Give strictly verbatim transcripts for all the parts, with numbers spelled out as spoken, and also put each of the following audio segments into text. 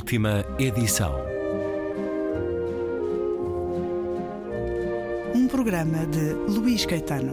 Última edição. Um programa de Luís Caetano.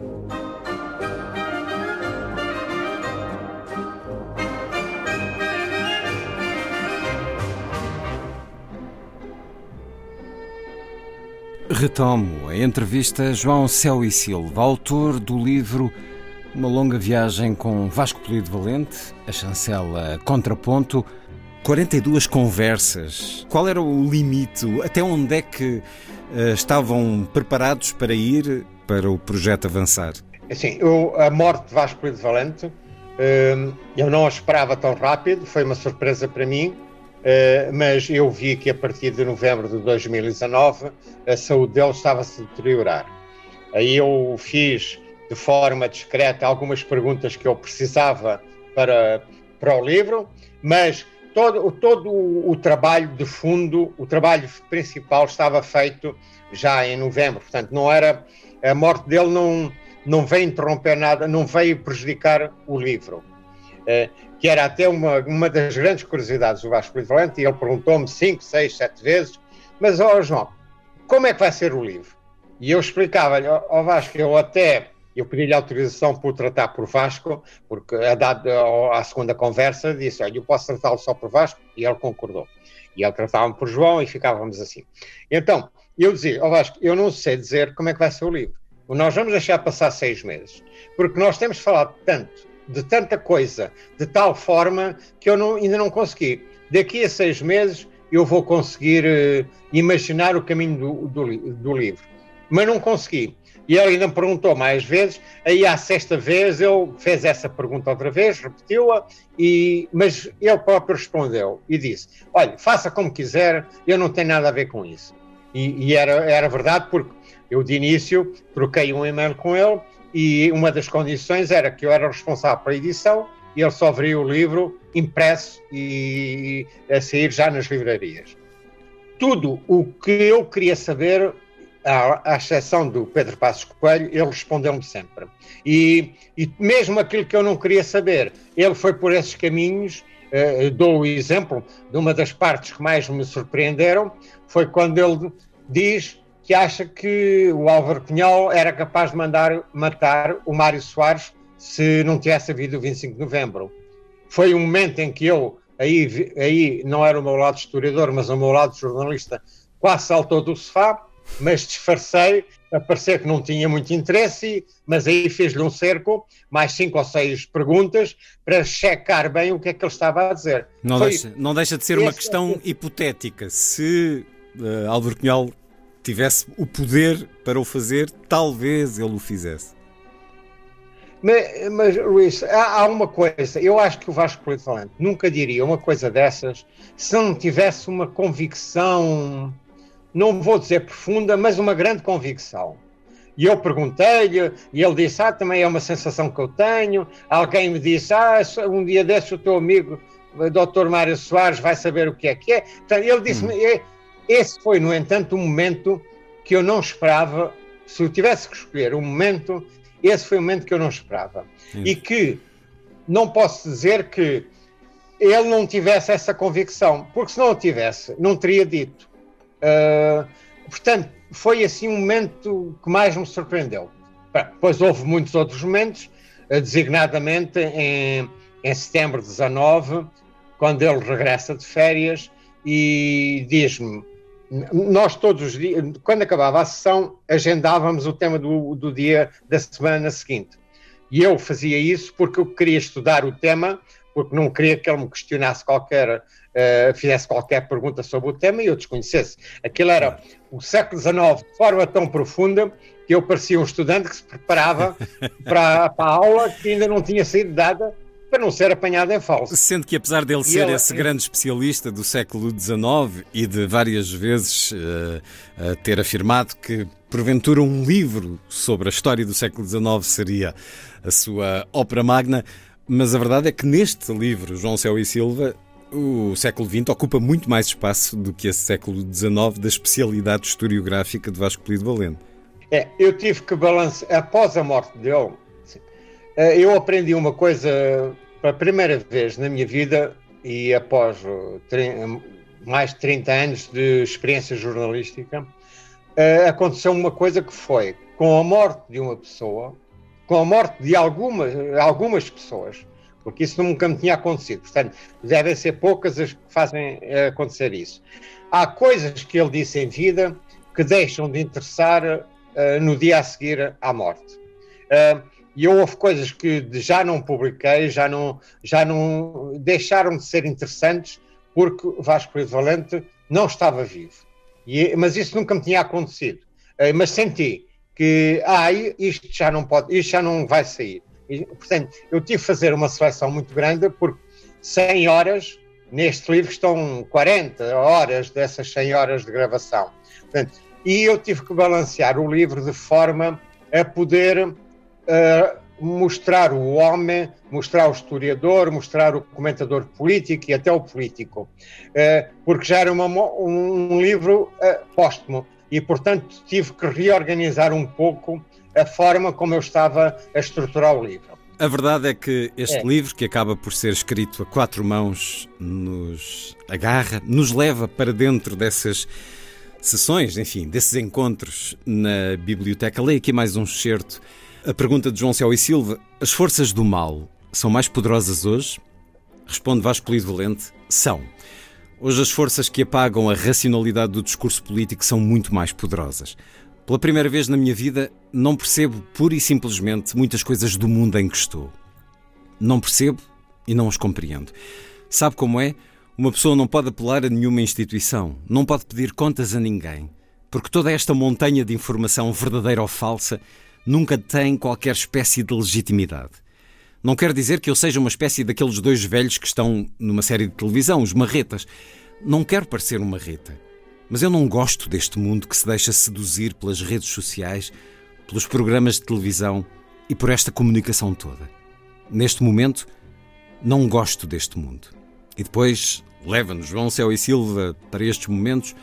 Retomo a entrevista a João Céu e Silva, autor do livro Uma Longa Viagem com Vasco Polido Valente, a chancela Contraponto, quarenta e duas conversas. Qual era o limite? Até onde é que uh, estavam preparados para ir para o projeto avançar? Assim, eu, a morte de Vasco Polido Valente, uh, eu não a esperava tão rápido, foi uma surpresa para mim. Uh, mas eu vi que a partir de novembro de dois mil e dezanove a saúde dele estava a se deteriorar. Aí eu fiz de forma discreta algumas perguntas que eu precisava para, para o livro, mas todo, todo o, o trabalho de fundo, o trabalho principal estava feito já em novembro, portanto não era, a morte dele não, não veio interromper nada, não veio prejudicar o livro. Uh, que era até uma, uma das grandes curiosidades do Vasco Polido Valente, e ele perguntou-me cinco, seis, sete vezes, mas, ó João, como é que vai ser o livro? E eu explicava-lhe, ó oh, Vasco, eu até, eu pedi-lhe autorização por tratar por Vasco, porque a dado à segunda conversa, disse, olha, eu posso tratá-lo só por Vasco, e ele concordou. E ele tratava-me por João, e ficávamos assim. Então, eu dizia, ó oh, Vasco, eu não sei dizer como é que vai ser o livro. Nós vamos deixar passar seis meses, porque nós temos falado tanto, de tanta coisa, de tal forma que eu não, ainda não consegui. Daqui a seis meses eu vou conseguir uh, imaginar o caminho do, do, do livro. Mas não consegui. E ele ainda me perguntou mais vezes, aí à sexta vez ele fez essa pergunta outra vez, repetiu-a, e, mas ele próprio respondeu e disse, olha, faça como quiser, eu não tenho nada a ver com isso. E, e era, era verdade, porque eu de início troquei um e-mail com ele, e uma das condições era que eu era responsável pela edição e ele só veria o livro impresso e a sair já nas livrarias. Tudo o que eu queria saber, à, à exceção do Pedro Passos Coelho, ele respondeu-me sempre. E, e mesmo aquilo que eu não queria saber, ele foi por esses caminhos. Uh, dou o exemplo de uma das partes que mais me surpreenderam, foi quando ele diz que acha que o Álvaro Cunhal era capaz de mandar matar o Mário Soares se não tivesse havido o vinte e cinco de novembro. Foi um momento em que eu, aí, aí não era o meu lado historiador, mas o meu lado jornalista, quase saltou do sofá, mas disfarcei, a parecer que não tinha muito interesse, mas aí fez-lhe um cerco, mais cinco ou seis perguntas, para checar bem o que é que ele estava a dizer. Não, Foi, deixa, não deixa de ser uma questão é... hipotética. Se uh, Álvaro Cunhal tivesse o poder para o fazer, talvez ele o fizesse. Mas, mas Luís, há, há uma coisa, eu acho que o Vasco Polido Valente nunca diria uma coisa dessas se não tivesse uma convicção, não vou dizer profunda, mas uma grande convicção. E eu perguntei-lhe, e ele disse, ah, também é uma sensação que eu tenho. Alguém me disse, ah, um dia desses o teu amigo, o doutor Mário Soares, vai saber o que é que é. Portanto, ele disse-me, hum. Esse foi, no entanto, um momento que eu não esperava. Se eu tivesse que escolher um momento, esse foi um momento que eu não esperava. Sim. E que não posso dizer que ele não tivesse essa convicção, porque se não o tivesse, não teria dito. Uh, portanto, foi assim um momento que mais me surpreendeu. Depois houve muitos outros momentos, uh, designadamente em, em setembro de dezanove, quando ele regressa de férias e diz-me, nós todos os dias, quando acabava a sessão, agendávamos o tema do, do dia da semana seguinte. E eu fazia isso porque eu queria estudar o tema, porque não queria que ele me questionasse qualquer, uh, fizesse qualquer pergunta sobre o tema e eu desconhecesse. Aquilo era o século dezanove de forma tão profunda que eu parecia um estudante que se preparava para, para a aula que ainda não tinha sido dada, para não ser apanhado em falso. Sendo que, apesar dele e ser ele, esse grande especialista do século dezanove e de várias vezes uh, uh, ter afirmado que, porventura, um livro sobre a história do século dezanove seria a sua ópera magna, mas a verdade é que neste livro, João Céu e Silva, o século vinte ocupa muito mais espaço do que esse século dezanove da especialidade historiográfica de Vasco Polido Valente. É, eu tive que balancear, após a morte dele, eu aprendi uma coisa pela primeira vez na minha vida, e após mais de trinta anos de experiência jornalística, aconteceu uma coisa que foi, com a morte de uma pessoa, com a morte de alguma, algumas pessoas, porque isso nunca me tinha acontecido, portanto, devem ser poucas as que fazem acontecer isso. Há coisas que ele disse em vida que deixam de interessar uh, no dia a seguir à morte. Uh, e houve coisas que já não publiquei, já não, já não deixaram de ser interessantes porque Vasco Pedro Valente não estava vivo. E, mas isso nunca me tinha acontecido. Uh, mas senti que ah, isto já não pode, isto já não vai sair. E, portanto, eu tive que fazer uma seleção muito grande, porque cem horas, neste livro estão quarenta horas dessas cem horas de gravação. Portanto, e eu tive que balancear o livro de forma a poder uh, mostrar o homem, mostrar o historiador, mostrar o comentador político e até o político. Uh, porque já era uma, um, um livro uh, póstumo. E, portanto, tive que reorganizar um pouco a forma como eu estava a estruturar o livro. A verdade é que este é. livro, que acaba por ser escrito a quatro mãos, nos agarra, nos leva para dentro dessas sessões, enfim, desses encontros na biblioteca. Leio aqui mais um excerto. A pergunta de João Céu e Silva: as forças do mal são mais poderosas hoje? Responde Vasco Polido Valente: são. Hoje as forças que apagam a racionalidade do discurso político são muito mais poderosas. Pela primeira vez na minha vida, não percebo pura e simplesmente muitas coisas do mundo em que estou. Não percebo e não as compreendo. Sabe como é? Uma pessoa não pode apelar a nenhuma instituição, não pode pedir contas a ninguém, porque toda esta montanha de informação, verdadeira ou falsa, nunca tem qualquer espécie de legitimidade. Não quer dizer que eu seja uma espécie daqueles dois velhos que estão numa série de televisão, os marretas. Não quero parecer um marreta. Mas eu não gosto deste mundo que se deixa seduzir pelas redes sociais, pelos programas de televisão e por esta comunicação toda. Neste momento, não gosto deste mundo. E depois leva-nos João Céu e Silva para estes momentos.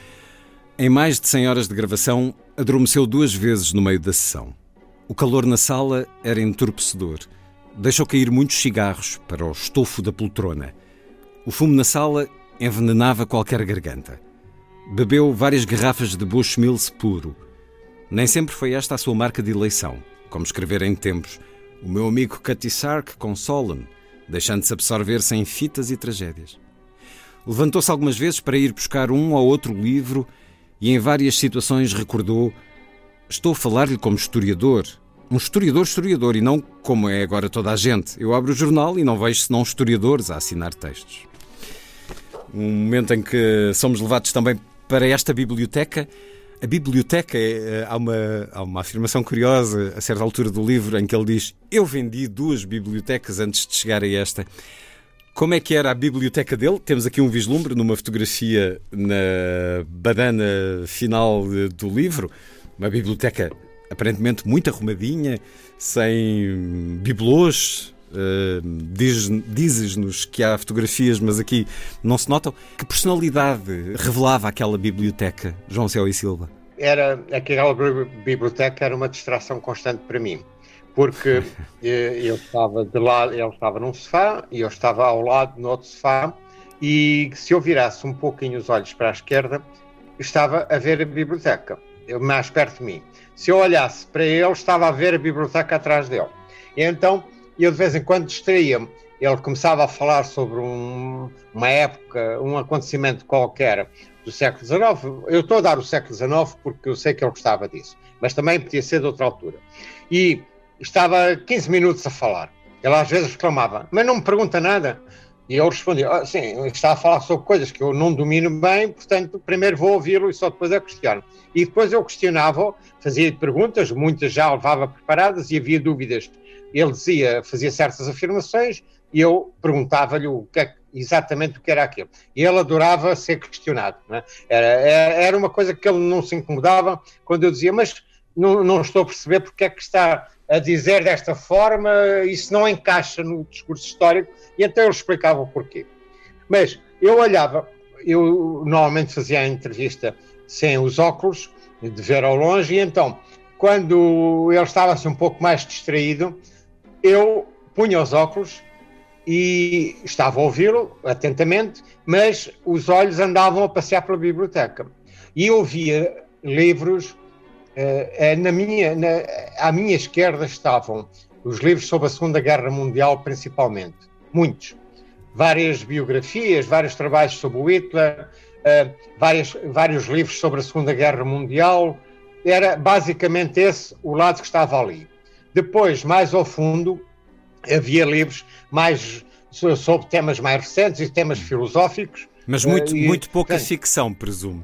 Em mais de cem horas de gravação, adormeceu duas vezes no meio da sessão. O calor na sala era entorpecedor. Deixou cair muitos cigarros para o estofo da poltrona. O fumo na sala envenenava qualquer garganta. Bebeu várias garrafas de Bushmills puro. Nem sempre foi esta a sua marca de eleição, como escrever em tempos: o meu amigo Cutty Sark consola-me, deixando-se absorver sem fitas e tragédias. Levantou-se algumas vezes para ir buscar um ou outro livro e em várias situações recordou: estou a falar-lhe como historiador, um historiador historiador e não como é agora toda a gente. Eu abro o jornal e não vejo senão historiadores a assinar textos. Um momento em que somos levados também para esta biblioteca. A biblioteca, é, há, uma, há uma afirmação curiosa a certa altura do livro em que ele diz: eu vendi duas bibliotecas antes de chegar a esta. Como é que era a biblioteca dele? Temos aqui um vislumbre numa fotografia na badana final do livro. Uma biblioteca aparentemente muito arrumadinha, sem bibelôs. Uh, diz, dizes-nos que há fotografias, mas aqui não se notam. Que personalidade revelava aquela biblioteca, João Céu e Silva? Era, aquela biblioteca era uma distração constante para mim, porque eu estava de lado, ele estava num sofá e eu estava ao lado no outro sofá, e se eu virasse um pouquinho os olhos para a esquerda, estava a ver a biblioteca mais perto de mim. Se eu olhasse para ele, estava a ver a biblioteca atrás dele. E então eu de vez em quando distraía-me. Ele começava a falar sobre um, uma época, um acontecimento qualquer do século dezenove. Eu estou a dar o século dezenove porque eu sei que ele gostava disso, mas também podia ser de outra altura. E estava quinze minutos a falar. Ele às vezes reclamava: mas não me pergunta nada. E eu respondia: ah, sim, está a falar sobre coisas que eu não domino bem, portanto primeiro vou ouvi-lo e só depois eu questiono. E depois eu questionava, fazia perguntas, muitas já levava preparadas e havia dúvidas. Ele dizia, fazia certas afirmações e eu perguntava-lhe o que é, exatamente o que era aquilo. E ele adorava ser questionado. Não é? era, era uma coisa que ele não se incomodava quando eu dizia: mas não, não estou a perceber porque é que está a dizer desta forma, isso não encaixa no discurso histórico. E então ele explicava o porquê. Mas eu olhava, eu normalmente fazia a entrevista sem os óculos, de ver ao longe, e então, quando ele estava assim um pouco mais distraído, eu punha os óculos e estava a ouvi-lo atentamente, mas os olhos andavam a passear pela biblioteca. E eu via livros, uh, na minha, na, à minha esquerda estavam os livros sobre a Segunda Guerra Mundial, principalmente, muitos. Várias biografias, vários trabalhos sobre o Hitler, uh, várias, vários livros sobre a Segunda Guerra Mundial. Era basicamente esse o lado que estava ali. Depois, mais ao fundo, havia livros mais sobre temas mais recentes e temas filosóficos. Mas muito, uh, e, muito pouca portanto, ficção, presumo.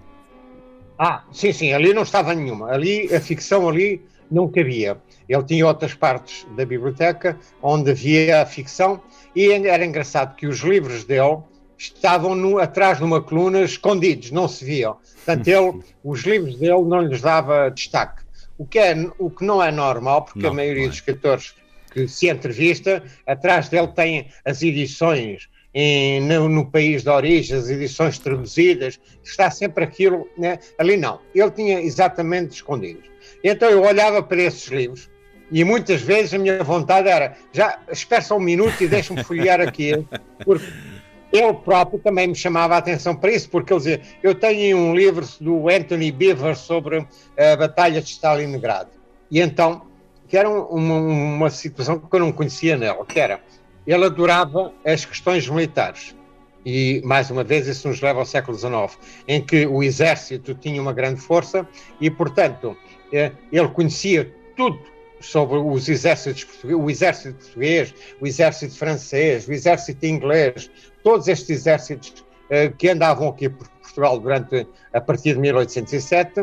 Ah, sim, sim, ali não estava nenhuma. Ali, a ficção ali não cabia. Ele tinha outras partes da biblioteca onde havia a ficção, e era engraçado que os livros dele estavam no, atrás de uma coluna, escondidos, não se viam. Portanto, ele, os livros dele não lhes dava destaque. O que, é, o que não é normal, porque não, a maioria não é. dos escritores que se entrevista, atrás dele tem as edições em, no, no país de origem, as edições traduzidas, está sempre aquilo, né? Ali não. Ele tinha exatamente escondidos. Então eu olhava para esses livros e muitas vezes a minha vontade era, já espera só um minuto e deixa-me folhear aqui, porque ele próprio também me chamava a atenção para isso, porque ele dizia, eu tenho um livro do Anthony Beevor sobre a Batalha de Stalingrado. E então, que era uma, uma situação que eu não conhecia nela, que era, ele adorava as questões militares. E, mais uma vez, isso nos leva ao século dezenove, em que o exército tinha uma grande força e, portanto, ele conhecia tudo sobre os exércitos portugueses, o exército português, o exército francês, o exército inglês, todos estes exércitos uh, que andavam aqui por Portugal durante, a partir de mil oitocentos e sete,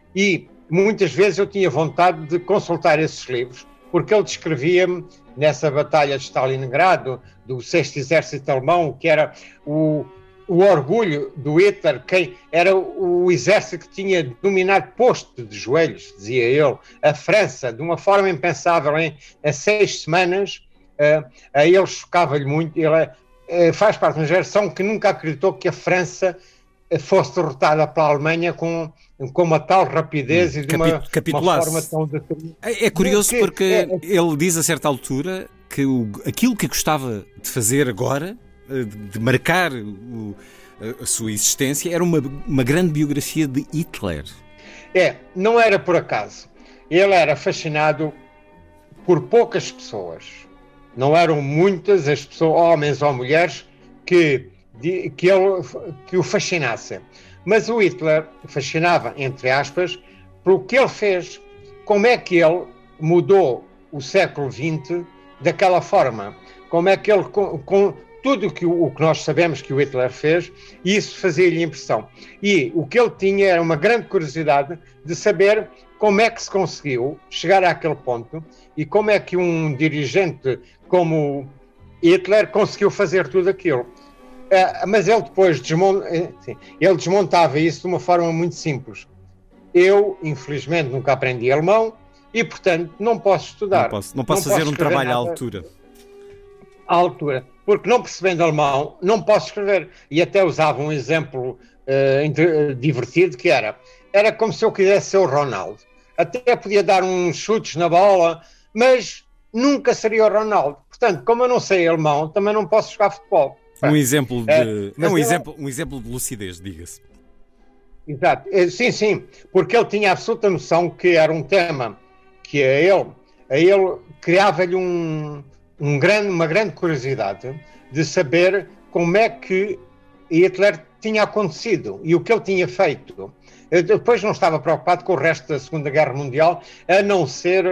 e muitas vezes eu tinha vontade de consultar esses livros, porque ele descrevia-me nessa batalha de Stalingrado, do sexto Exército Alemão, que era o, o orgulho do Hitler, quem era o exército que tinha dominado, posto de joelhos, dizia ele, a França, de uma forma impensável, em, em seis semanas, uh, a ele chocava-lhe muito. Ele uh, faz parte de uma geração que nunca acreditou que a França fosse derrotada pela Alemanha com, com uma tal rapidez hum, e de uma, uma forma tão determinada. É, é curioso porque, porque é, é... ele diz a certa altura que o, aquilo que gostava de fazer agora, de, de marcar o, a sua existência, era uma, uma grande biografia de Hitler. É, não era por acaso. Ele era fascinado por poucas pessoas. Não eram muitas as pessoas, homens ou mulheres, que Que, ele, que o fascinasse. Mas o Hitler fascinava, entre aspas, pelo que ele fez, como é que ele mudou o século vinte daquela forma, como é que ele, com, com tudo que, o que nós sabemos que o Hitler fez, isso fazia-lhe impressão. E o que ele tinha era uma grande curiosidade de saber como é que se conseguiu chegar àquele ponto e como é que um dirigente como Hitler conseguiu fazer tudo aquilo. Uh, mas ele depois desmont... Sim, ele desmontava isso de uma forma muito simples. Eu, infelizmente, nunca aprendi alemão e, portanto, não posso estudar. Não posso, não posso não fazer posso um trabalho à altura. À altura. Porque não percebendo alemão, não posso escrever. E até usava um exemplo uh, divertido que era, era como se eu quisesse ser o Ronaldo. Até podia dar uns chutes na bola, mas nunca seria o Ronaldo. Portanto, como eu não sei alemão, também não posso jogar futebol. Um exemplo de, é, é um, exemplo, um exemplo de lucidez, diga-se. Exato, sim, sim, porque ele tinha absoluta noção que era um tema que a ele, a ele criava-lhe um, um grande, uma grande curiosidade de saber como é que Hitler tinha acontecido e o que ele tinha feito. Eu depois não estava preocupado com o resto da Segunda Guerra Mundial, a não ser,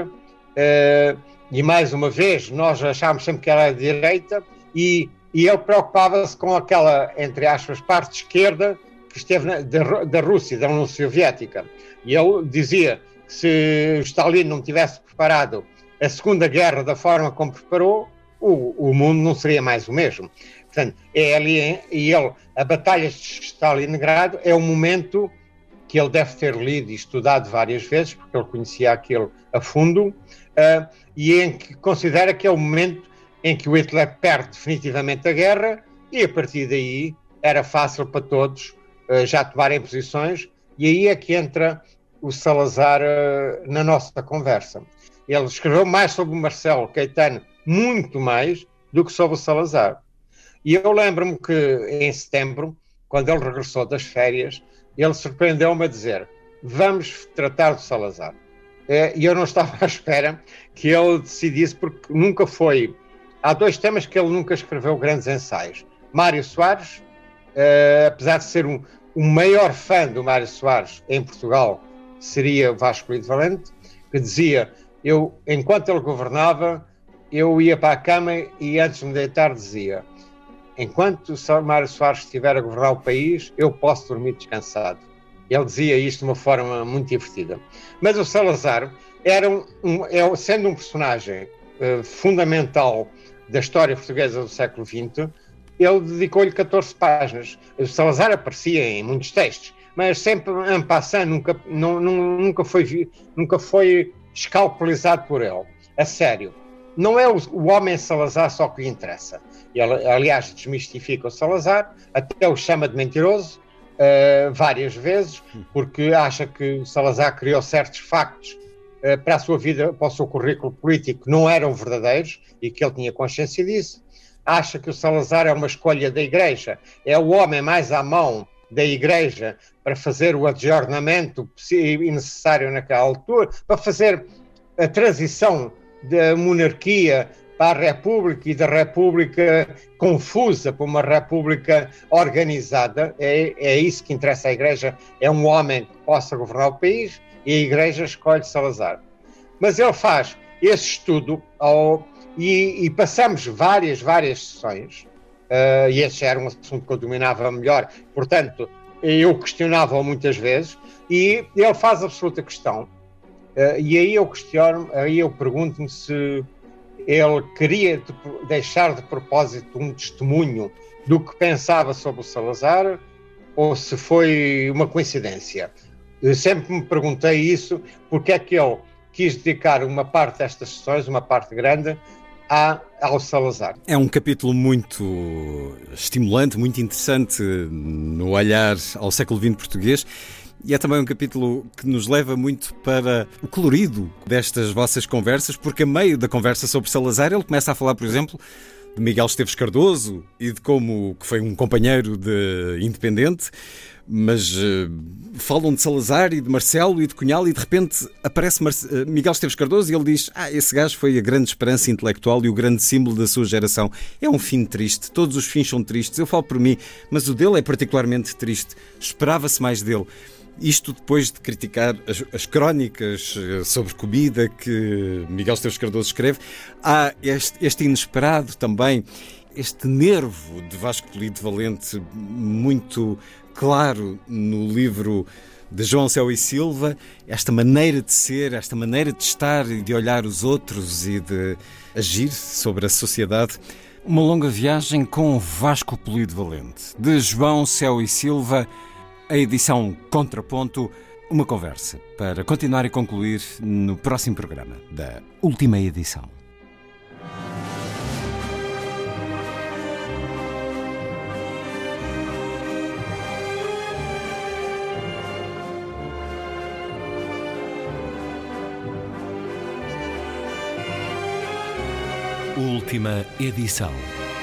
uh, e mais uma vez, nós achávamos sempre que era a direita, e E ele preocupava-se com aquela, entre aspas, parte esquerda que esteve na, da, da Rússia, da União Soviética. E ele dizia que se Stalin não tivesse preparado a Segunda Guerra da forma como preparou, o, o mundo não seria mais o mesmo. Portanto, é ali, e ele, a Batalha de Stalingrado é um momento que ele deve ter lido e estudado várias vezes, porque ele conhecia aquilo a fundo, uh, e em que considera que é o momento em que o Hitler perde definitivamente a guerra e a partir daí era fácil para todos uh, já tomarem posições, e aí é que entra o Salazar uh, na nossa conversa. Ele escreveu mais sobre o Marcelo Caetano, muito mais, do que sobre o Salazar. E eu lembro-me que em setembro, quando ele regressou das férias, ele surpreendeu-me a dizer: vamos tratar do Salazar. E eu não estava à espera que ele decidisse, porque nunca foi... Há dois temas que ele nunca escreveu grandes ensaios. Mário Soares, uh, apesar de ser um, o maior fã do Mário Soares em Portugal, seria Vasco Polido Valente, que dizia: eu, enquanto ele governava, eu ia para a cama e antes de me deitar dizia: enquanto o Mário Soares estiver a governar o país, eu posso dormir descansado. Ele dizia isto de uma forma muito divertida. Mas o Salazar, era um, um, sendo um personagem uh, fundamental da história portuguesa do século vinte, ele dedicou-lhe catorze páginas. O Salazar aparecia em muitos textos, mas sempre en passant, nunca, não, nunca, foi, nunca foi escalpelizado por ele. A sério. Não é o, o homem Salazar só que lhe interessa. Ele, aliás, desmistifica o Salazar, até o chama de mentiroso, Uh, várias vezes, porque acha que Salazar criou certos factos uh, para a sua vida, para o seu currículo político, que não eram verdadeiros e que ele tinha consciência disso. Acha que o Salazar é uma escolha da Igreja, é o homem mais à mão da Igreja para fazer o adjornamento necessário naquela altura, para fazer a transição da monarquia para a República e da República confusa para uma República organizada. É, é isso que interessa à Igreja, é um homem que possa governar o país, e a Igreja escolhe Salazar. Mas ele faz esse estudo ao, e, e passamos várias, várias sessões, uh, e esse era um assunto que eu dominava melhor, portanto eu questionava-o muitas vezes, e ele faz absoluta questão, uh, e aí eu questiono, aí eu pergunto-me se ele queria deixar de propósito um testemunho do que pensava sobre o Salazar, ou se foi uma coincidência. Eu sempre me perguntei isso, porque é que ele quis dedicar uma parte destas sessões, uma parte grande, a, ao Salazar. É um capítulo muito estimulante, muito interessante no olhar ao século vinte português. E é também um capítulo que nos leva muito para o colorido destas vossas conversas, porque a meio da conversa sobre Salazar ele começa a falar, por exemplo, de Miguel Esteves Cardoso e de como que foi um companheiro de Independente, mas uh, falam de Salazar e de Marcelo e de Cunhal e de repente aparece Mar- Miguel Esteves Cardoso e ele diz: ah, esse gajo foi a grande esperança intelectual e o grande símbolo da sua geração. É um fim triste, todos os fins são tristes, eu falo por mim, mas o dele é particularmente triste, esperava-se mais dele. Isto depois de criticar as, as crónicas sobre comida que Miguel Esteves Cardoso escreve. Há este, este inesperado também, este nervo de Vasco Polido Valente muito claro no livro de João Céu e Silva, esta maneira de ser, esta maneira de estar e de olhar os outros e de agir sobre a sociedade. Uma longa viagem com Vasco Polido Valente, de João Céu e Silva. A edição Contraponto, uma conversa para continuar e concluir no próximo programa da última edição. Última edição.